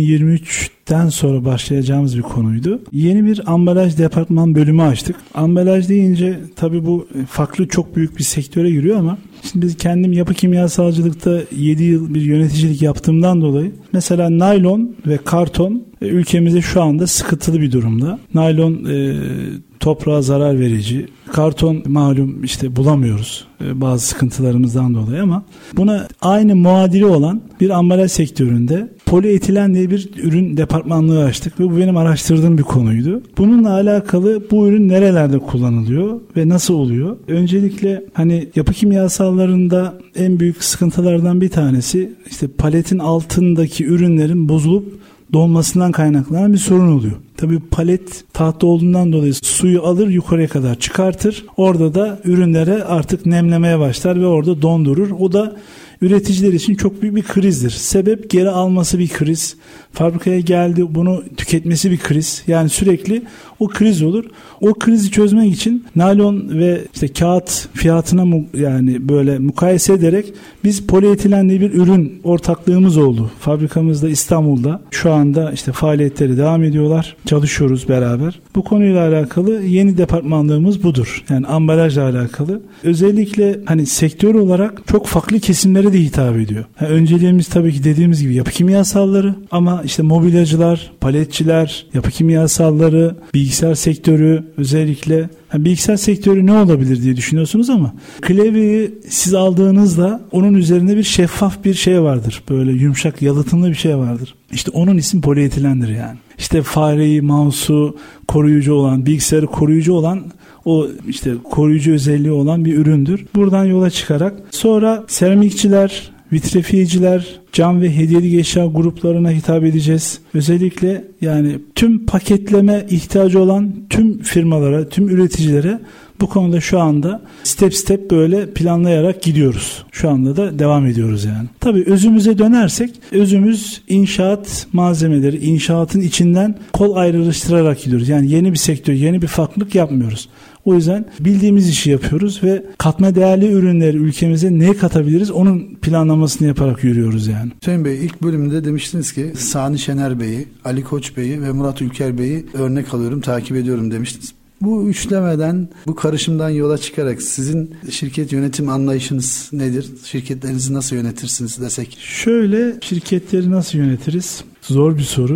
Speaker 3: 2023'ten sonra başlayacağımız bir konuydu. Yeni bir ambalaj departman bölümü açtık. Ambalaj deyince tabii bu farklı çok büyük bir sektöre giriyor ama şimdi biz kendim yapı kimyasalcılıkta 7 yıl bir yöneticilik yaptığımdan dolayı mesela naylon ve karton ülkemizde şu anda sıkıntılı bir durumda. Naylon toprağa zarar verici. Karton malum bulamıyoruz bazı sıkıntılarımızdan dolayı ama buna aynı muadili olan bir ambalaj sektöründe polietilen diye bir ürün departmanlığı açtık ve bu benim araştırdığım bir konuydu. Bununla alakalı bu ürün nerelerde kullanılıyor ve nasıl oluyor? Öncelikle yapı kimyasallarında en büyük sıkıntılardan bir tanesi paletin altındaki ürünlerin bozulup donmasından kaynaklanan bir sorun oluyor. Tabii palet tahta olduğundan dolayı suyu alır yukarıya kadar çıkartır. Orada da ürünlere artık nemlemeye başlar ve orada dondurur. O da üreticiler için çok büyük bir krizdir. Sebep geri alması bir kriz. Fabrikaya geldi bunu tüketmesi bir kriz. Yani sürekli o kriz olur. O krizi çözmek için naylon ve kağıt fiyatına böyle mukayese ederek biz polietilen diye bir ürün ortaklığımız oldu. Fabrikamızda İstanbul'da şu anda faaliyetleri devam ediyorlar. Çalışıyoruz beraber. Bu konuyla alakalı yeni departmanlığımız budur. Yani ambalajla alakalı. Özellikle sektör olarak çok farklı kesimlere de hitap ediyor. Önceliğimiz tabii ki dediğimiz gibi yapı kimyasalları ama mobilyacılar, paletçiler, yapı kimyasalları, bilgisayar sektörü özellikle. Bilgisayar sektörü ne olabilir diye düşünüyorsunuz ama klavyeyi siz aldığınızda onun üzerinde bir şeffaf bir şey vardır. Böyle yumuşak, yalıtımlı bir şey vardır. Onun ismi polietilendir yani. Fareyi, mouse'u koruyucu olan, bilgisayarı koruyucu olan o koruyucu özelliği olan bir üründür. Buradan yola çıkarak sonra seramikçiler, vitrefiyeciler, cam ve hediyelik eşya gruplarına hitap edeceğiz. Özellikle tüm paketleme ihtiyacı olan tüm firmalara, tüm üreticilere bu konuda şu anda step böyle planlayarak gidiyoruz. Şu anda da devam ediyoruz yani. Tabii özümüze dönersek, özümüz inşaat malzemeleri, inşaatın içinden kol ayrıştırarak gidiyoruz. Yani yeni bir sektör, yeni bir farklılık yapmıyoruz. O yüzden bildiğimiz işi yapıyoruz ve katma değerli ürünleri ülkemize ne katabiliriz onun planlamasını yaparak yürüyoruz yani.
Speaker 2: Hüseyin Bey, ilk bölümde demiştiniz ki Sani Şener Bey'i, Ali Koç Bey'i ve Murat Ülker Bey'i örnek alıyorum, takip ediyorum demiştiniz. Bu üçlemeden, bu karışımdan yola çıkarak sizin şirket yönetim anlayışınız nedir? Şirketlerinizi nasıl yönetirsiniz desek?
Speaker 3: Şöyle, şirketleri nasıl yönetiriz? Zor bir soru.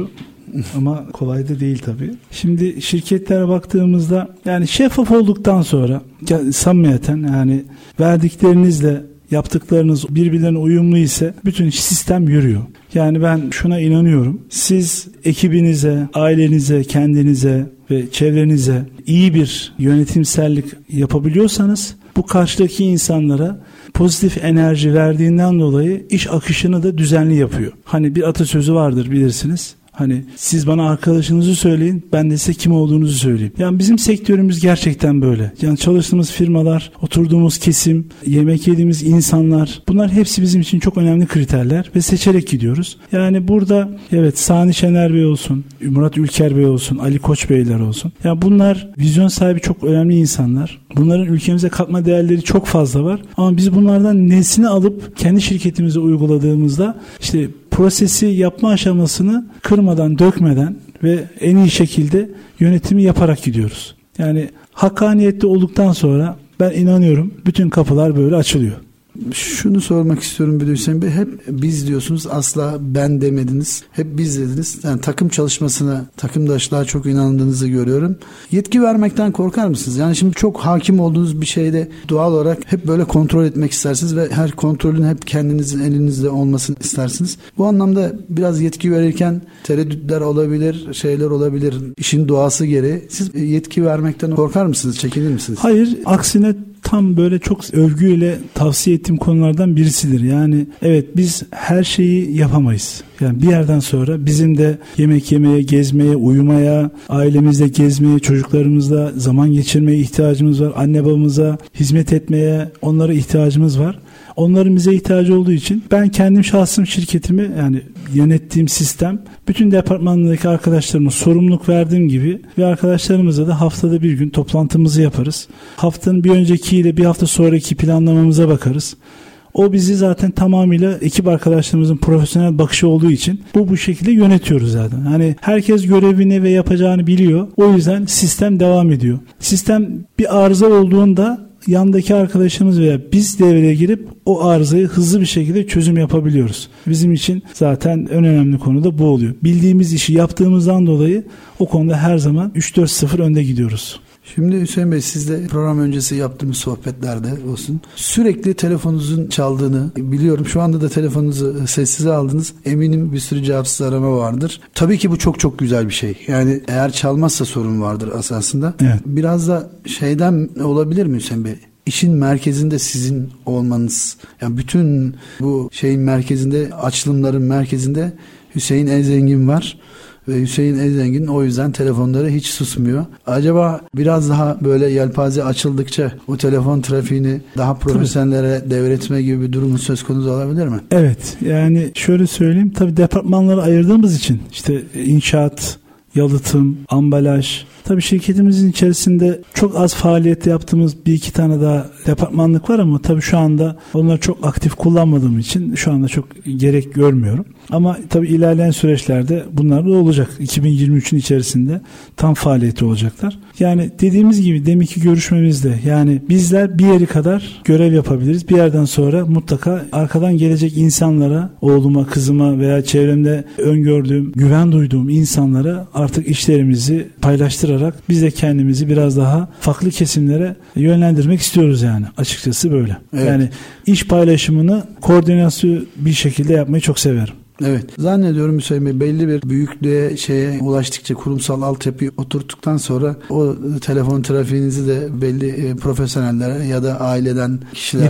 Speaker 3: ama kolay da değil tabii. Şimdi şirketlere baktığımızda yani şeffaf olduktan sonra samimiyeten yani verdiklerinizle yaptıklarınız birbirlerine uyumlu ise bütün sistem yürüyor. Yani ben şuna inanıyorum. Siz ekibinize, ailenize, kendinize ve çevrenize iyi bir yönetimsellik yapabiliyorsanız bu karşıdaki insanlara pozitif enerji verdiğinden dolayı iş akışını da düzenli yapıyor. Hani bir atasözü vardır bilirsiniz. Hani siz bana arkadaşınızı söyleyin, ben de size kim olduğunuzu söyleyeyim. Yani bizim sektörümüz gerçekten böyle. Yani çalıştığımız firmalar, oturduğumuz kesim, yemek yediğimiz insanlar, bunlar hepsi bizim için çok önemli kriterler ve seçerek gidiyoruz. Yani burada evet Sani Şener Bey olsun, Murat Ülker Bey olsun, Ali Koç Beyler olsun. Yani bunlar vizyon sahibi çok önemli insanlar. Bunların ülkemize katma değerleri çok fazla var. Ama biz bunlardan nesini alıp kendi şirketimize uyguladığımızda işte prosesi yapma aşamasını kırmadan, dökmeden ve en iyi şekilde yönetimi yaparak gidiyoruz. Yani hakkaniyetli olduktan sonra ben inanıyorum bütün kapılar böyle açılıyor.
Speaker 2: Şunu sormak istiyorum Hüseyin Bey. Hep biz diyorsunuz, asla ben demediniz. Hep biz dediniz. Yani takım çalışmasına, takımdaşlığa çok inandığınızı görüyorum. Yetki vermekten korkar mısınız? Yani şimdi çok hakim olduğunuz bir şeyde doğal olarak hep böyle kontrol etmek istersiniz ve her kontrolün hep kendinizin elinizde olmasını istersiniz. Bu anlamda biraz yetki verirken tereddütler olabilir, şeyler olabilir. İşin doğası gereği. Siz yetki vermekten korkar mısınız? Çekinir misiniz?
Speaker 3: Hayır, aksine tam böyle çok övgüyle tavsiye ettiğim konulardan birisidir. Yani evet biz her şeyi yapamayız. Yani bir yerden sonra bizim de yemek yemeye, gezmeye, uyumaya, ailemizle gezmeye, çocuklarımızla zaman geçirmeye ihtiyacımız var. Anne babamıza hizmet etmeye, onlara ihtiyacımız var. Onların bize ihtiyacı olduğu için ben kendim şahsım şirketimi yani yönettiğim sistem bütün departmandaki arkadaşlarıma sorumluluk verdiğim gibi ve arkadaşlarımızla da haftada bir gün toplantımızı yaparız. Haftanın bir öncekiyle bir hafta sonraki planlamamıza bakarız. O bizi zaten tamamıyla ekip arkadaşlarımızın profesyonel bakışı olduğu için bu şekilde yönetiyoruz zaten. Hani herkes görevini ve yapacağını biliyor. O yüzden sistem devam ediyor. Sistem bir arıza olduğunda yandaki arkadaşımız veya biz devreye girip o arızayı hızlı bir şekilde çözüm yapabiliyoruz. Bizim için zaten en önemli konu da bu oluyor. Bildiğimiz işi yaptığımızdan dolayı o konuda her zaman 3-4-0 önde gidiyoruz.
Speaker 2: Şimdi Hüseyin Bey, sizle program öncesi yaptığımız sohbetlerde olsun sürekli telefonunuzun çaldığını biliyorum. Şu anda da telefonunuzu sessize aldınız. Eminim bir sürü cevapsız arama vardır. Tabii ki bu çok çok güzel bir şey. Yani eğer çalmazsa sorun vardır esasında.
Speaker 3: Evet.
Speaker 2: Biraz da şeyden olabilir mi Hüseyin Bey? İşin merkezinde sizin olmanız. Yani bütün bu şeyin merkezinde, açılımların merkezinde Hüseyin Erzengin var. Ve Hüseyin Erzengin o yüzden telefonları hiç susmuyor. Acaba biraz daha böyle yelpaze açıldıkça o telefon trafiğini daha profesyonellere devretme gibi bir durumun söz konusu olabilir mi?
Speaker 3: Evet, yani şöyle söyleyeyim, tabii departmanları ayırdığımız için işte inşaat, yalıtım, ambalaj, tabii şirketimizin içerisinde çok az faaliyette yaptığımız bir iki tane daha departmanlık var ama tabii şu anda onları çok aktif kullanmadığım için şu anda çok gerek görmüyorum. Ama tabii ilerleyen süreçlerde bunlar da olacak. 2023'ün içerisinde tam faaliyeti olacaklar. Yani dediğimiz gibi deminki görüşmemizde yani bizler bir yeri kadar görev yapabiliriz. Bir yerden sonra mutlaka arkadan gelecek insanlara, oğluma, kızıma veya çevremde öngördüğüm, güven duyduğum insanlara artık işlerimizi paylaştırarak biz de kendimizi biraz daha farklı kesimlere yönlendirmek istiyoruz yani. Açıkçası böyle.
Speaker 2: Evet.
Speaker 3: Yani iş paylaşımını koordinasyon bir şekilde yapmayı çok severim.
Speaker 2: Evet. Zannediyorum Hüseyin Bey, belli bir büyüklüğe ulaştıkça, kurumsal altyapıyı oturttuktan sonra o telefon trafiğinizi de belli profesyonellere ya da aileden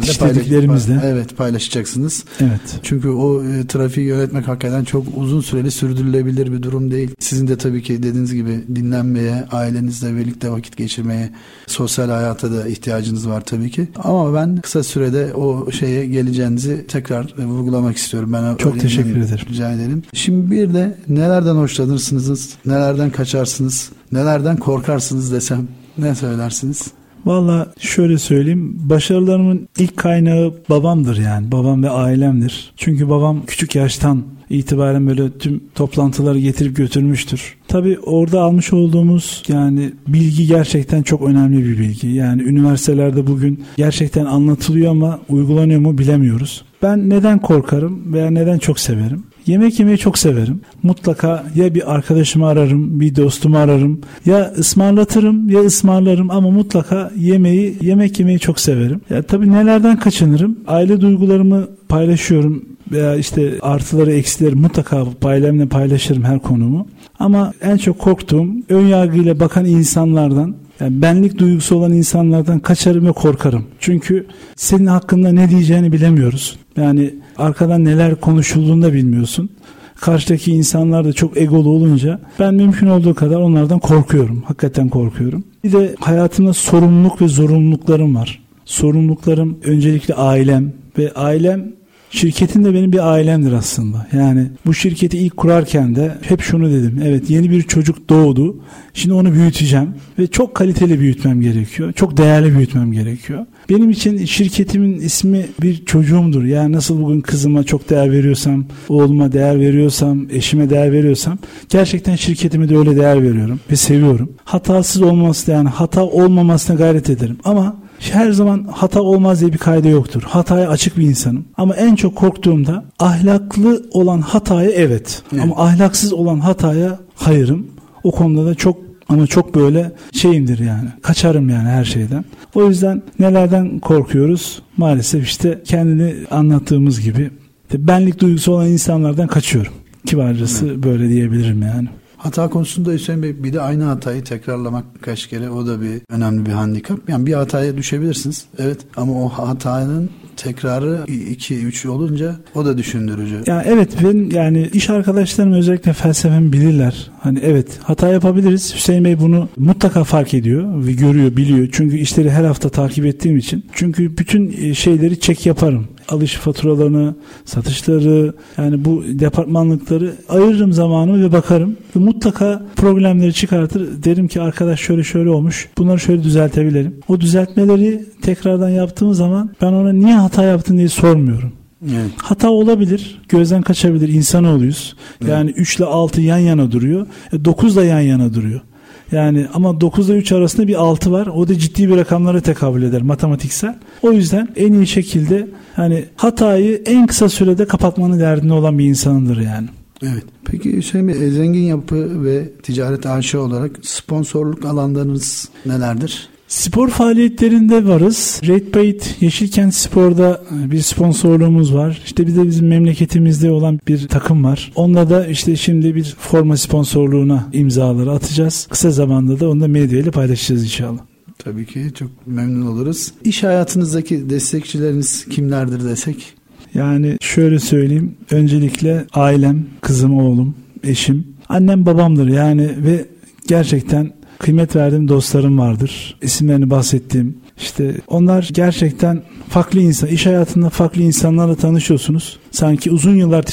Speaker 2: kişilerle paylaşacaksınız.
Speaker 3: Evet.
Speaker 2: Çünkü o trafiği yönetmek hakikaten çok uzun süreli sürdürülebilir bir durum değil. Sizin de tabii ki dediğiniz gibi dinlenmeye, ailenizle birlikte vakit geçirmeye, sosyal hayata da ihtiyacınız var tabii ki. Ama ben kısa sürede o şeye geleceğinizi tekrar vurgulamak istiyorum. Ben
Speaker 3: çok teşekkür ederim.
Speaker 2: Rica ederim. Şimdi bir de nelerden hoşlanırsınız, nelerden kaçarsınız, nelerden korkarsınız desem ne söylersiniz?
Speaker 3: Valla şöyle söyleyeyim, başarılarımın ilk kaynağı babamdır yani. Babam ve ailemdir. Çünkü babam küçük yaştan itibaren böyle tüm toplantıları getirip götürmüştür. Tabii orada almış olduğumuz yani bilgi gerçekten çok önemli bir bilgi. Yani üniversitelerde bugün gerçekten anlatılıyor ama uygulanıyor mu bilemiyoruz. Ben neden korkarım veya neden çok severim? Yemek yemeyi çok severim. Mutlaka ya bir arkadaşımı ararım, bir dostumu ararım. Ya ısmarlatırım ya ısmarlarım ama mutlaka yemek yemeyi çok severim. Ya tabii nelerden kaçınırım? Aile duygularımı paylaşıyorum veya işte artıları eksileri mutlaka ailemle paylaşırım her konumu. Ama en çok korktuğum ön yargıyla bakan insanlardan, yani benlik duygusu olan insanlardan kaçarım ve korkarım. Çünkü senin hakkında ne diyeceğini bilemiyoruz. Yani arkadan neler konuşulduğunu da bilmiyorsun. Karşıdaki insanlar da çok egolu olunca ben mümkün olduğu kadar onlardan korkuyorum. Hakikaten korkuyorum. Bir de hayatımda sorumluluk ve zorunluluklarım var. Sorumluluklarım öncelikle ailem ve ailem şirketin de benim bir ailemdir aslında. Yani bu şirketi ilk kurarken de hep şunu dedim. Evet, yeni bir çocuk doğdu. Şimdi onu büyüteceğim ve çok kaliteli büyütmem gerekiyor. Çok değerli büyütmem gerekiyor. Benim için şirketimin ismi bir çocuğumdur. Yani nasıl bugün kızıma çok değer veriyorsam, oğluma değer veriyorsam, eşime değer veriyorsam gerçekten şirketime de öyle değer veriyorum ve seviyorum. Hatasız olması, yani hata olmamasına gayret ederim. Ama her zaman hata olmaz diye bir kaide yoktur. Hataya açık bir insanım. Ama en çok korktuğumda ahlaklı olan hataya evet. Ama ahlaksız olan hataya hayırım. O konuda da çok böyle şeyimdir yani. Kaçarım yani her şeyden. O yüzden nelerden korkuyoruz? Maalesef işte kendini anlattığımız gibi benlik duygusu olan insanlardan kaçıyorum. Kibarcası böyle diyebilirim yani.
Speaker 2: Hata konusunda Hüseyin Bey, bir de aynı hatayı tekrarlamak birkaç kere, o da bir önemli bir handikap. Yani bir hataya düşebilirsiniz. Evet, ama o hatanın tekrarı 2-3 olunca o da düşündürücü. Ya
Speaker 3: evet, benim yani iş arkadaşlarım özellikle felsefemi bilirler. Hani evet, hata yapabiliriz. Hüseyin Bey bunu mutlaka fark ediyor ve görüyor, biliyor. Çünkü işleri her hafta takip ettiğim için. Çünkü bütün şeyleri check yaparım. Alış faturalarını, satışları, yani bu departmanlıkları ayırırım zamanımı ve bakarım. Ve mutlaka problemleri çıkartır. Derim ki arkadaş şöyle olmuş. Bunları şöyle düzeltebilirim. O düzeltmeleri tekrardan yaptığım zaman ben ona niye hata yaptın diye sormuyorum. Evet. Hata olabilir, gözden kaçabilir, insanoğluyuz. Yani 3 ile 6 yan yana duruyor, 9 da yan yana duruyor. Yani ama 9 ile 3 arasında bir 6 var. O da ciddi bir rakamlara tekabül eder, matematiksel. O yüzden en iyi şekilde hani hatayı en kısa sürede kapatmanın derdinde olan bir insandır yani.
Speaker 2: Evet. Peki Hüseyin Bey, Zengin Yapı ve Ticaret AŞ olarak sponsorluk alanlarınız nelerdir?
Speaker 3: Spor faaliyetlerinde varız. RatePaid Yeşilkent Spor'da bir sponsorluğumuz var. İşte bir de bizim memleketimizde olan bir takım var. Onunla da işte şimdi bir forma sponsorluğuna imzaları atacağız. Kısa zamanda da onu da medyayla paylaşacağız inşallah.
Speaker 2: Tabii ki çok memnun oluruz. İş hayatınızdaki destekçileriniz kimlerdir desek?
Speaker 3: Yani şöyle söyleyeyim. Öncelikle ailem, kızım, oğlum, eşim, annem, babamdır yani ve gerçekten kıymet verdiğim dostlarım vardır. İsimlerini bahsettiğim. İşte onlar gerçekten farklı insan. İş hayatında farklı insanlarla tanışıyorsunuz. Sanki uzun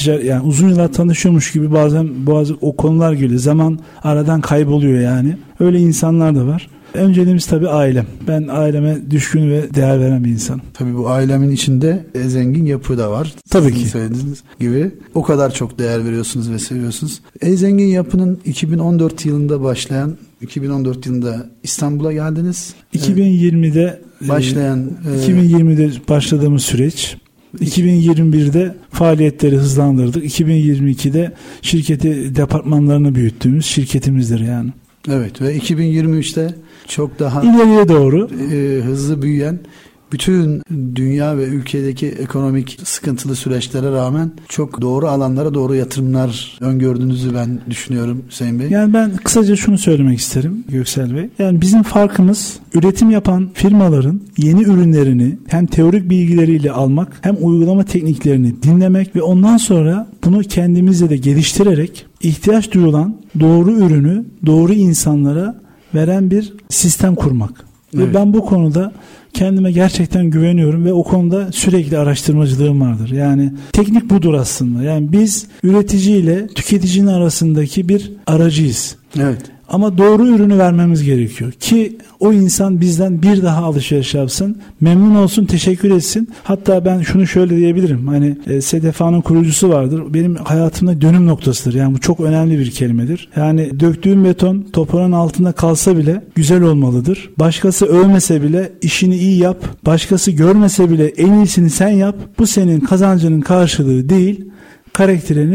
Speaker 3: yıllar tanışıyormuş gibi bazen bazı o konular geliyor. Zaman aradan kayboluyor yani. Öyle insanlar da var. Önceliğimiz tabii ailem. Ben aileme düşkün ve değer veren bir insanım.
Speaker 2: Tabii bu ailemin içinde Zengin Yapı da var.
Speaker 3: Tabii ki.
Speaker 2: Sizin söylediğiniz gibi. O kadar çok değer veriyorsunuz ve seviyorsunuz. Zengin Yapı'nın 2014 yılında başlayan, 2014 yılında İstanbul'a geldiniz.
Speaker 3: 2020'de
Speaker 2: başlayan
Speaker 3: 2020'de başladığımız süreç. 2021'de faaliyetleri hızlandırdık. 2022'de şirketi departmanlarını büyüttüğümüz şirketimizdir yani.
Speaker 2: Evet, ve 2023'te çok daha
Speaker 3: ileriye doğru
Speaker 2: hızlı büyüyen, bütün dünya ve ülkedeki ekonomik sıkıntılı süreçlere rağmen çok doğru alanlara doğru yatırımlar öngördüğünüzü ben düşünüyorum Hüseyin Bey.
Speaker 3: Yani ben kısaca şunu söylemek isterim Göksel Bey. Yani bizim farkımız üretim yapan firmaların yeni ürünlerini hem teorik bilgileriyle almak hem uygulama tekniklerini dinlemek ve ondan sonra bunu kendimizle de geliştirerek ihtiyaç duyulan doğru ürünü doğru insanlara veren bir sistem kurmak. Evet. Ve ben bu konuda kendime gerçekten güveniyorum ve o konuda sürekli araştırmacılığım vardır. Yani teknik budur aslında. Yani biz üretici ile tüketicinin arasındaki bir aracıyız. Evet. Ama doğru ürünü vermemiz gerekiyor ki o insan bizden bir daha alışveriş yapsın, memnun olsun, teşekkür etsin. Hatta ben şunu şöyle diyebilirim. Hani SDFA'nın kurucusu vardır. Benim hayatımda dönüm noktasıdır. Yani bu çok önemli bir kelimedir. Yani döktüğün beton toprağın altında kalsa bile güzel olmalıdır. Başkası övmese bile işini iyi yap. Başkası görmese bile en iyisini sen yap. Bu senin kazancının karşılığı değil, karakterinin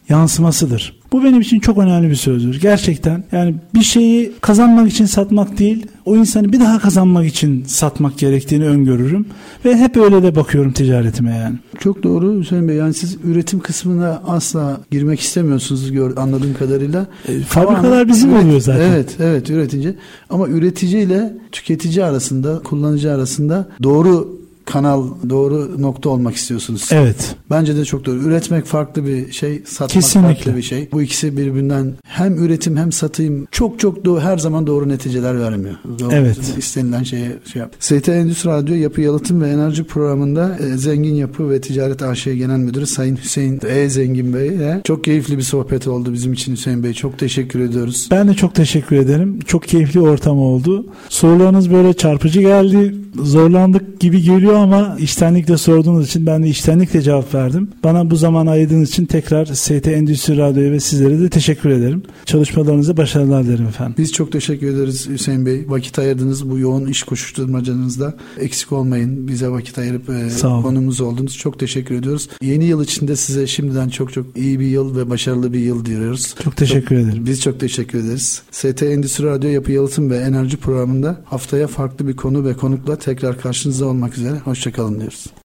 Speaker 3: yansımasıdır. Bu benim için çok önemli bir sözdür. Gerçekten yani bir şeyi kazanmak için satmak değil, o insanı bir daha kazanmak için satmak gerektiğini öngörürüm. Ve hep öyle de bakıyorum ticaretime yani.
Speaker 2: Çok doğru Hüseyin Bey. Yani siz üretim kısmına asla girmek istemiyorsunuz anladığım kadarıyla.
Speaker 3: Fabrikalar bizim oluyor zaten.
Speaker 2: Evet üretici. Ama üretici ile tüketici arasında, kullanıcı arasında doğru kanal, doğru nokta olmak istiyorsunuz.
Speaker 3: Evet.
Speaker 2: Bence de çok doğru. Üretmek farklı bir şey, satmak
Speaker 3: kesinlikle
Speaker 2: farklı bir şey. Bu ikisi birbirinden hem üretim hem satayım çok her zaman doğru neticeler vermiyor.
Speaker 3: Evet.
Speaker 2: İstenilen şeye yap. ST Endüstri Radyo Yapı Yalıtım ve Enerji programında Zengin Yapı ve Ticaret AŞ Genel Müdürü Sayın Hüseyin Zengin Bey ile çok keyifli bir sohbet oldu bizim için Hüseyin Bey. Çok teşekkür ediyoruz.
Speaker 3: Ben de çok teşekkür ederim. Çok keyifli ortam oldu. Sorularınız böyle çarpıcı geldi. Zorlandık gibi geliyor ama içtenlikle sorduğunuz için ben de içtenlikle cevap verdim. Bana bu zaman ayırdığınız için tekrar ST Endüstri Radyo'ya ve sizlere de teşekkür ederim. Çalışmalarınıza başarılar dilerim efendim.
Speaker 2: Biz çok teşekkür ederiz Hüseyin Bey. Vakit ayırdınız bu yoğun iş koşuşturmacanızda. Eksik olmayın. Bize vakit ayırıp konumuz oldunuz. Çok teşekkür ediyoruz. Yeni yıl içinde size şimdiden çok iyi bir yıl ve başarılı bir yıl diliyoruz.
Speaker 3: Çok teşekkür ederim.
Speaker 2: Biz çok teşekkür ederiz. ST Endüstri Radyo Yapı Yalıtım ve Enerji programında haftaya farklı bir konu ve konukla tekrar karşınızda olmak üzere. Hoşçakalın diyoruz.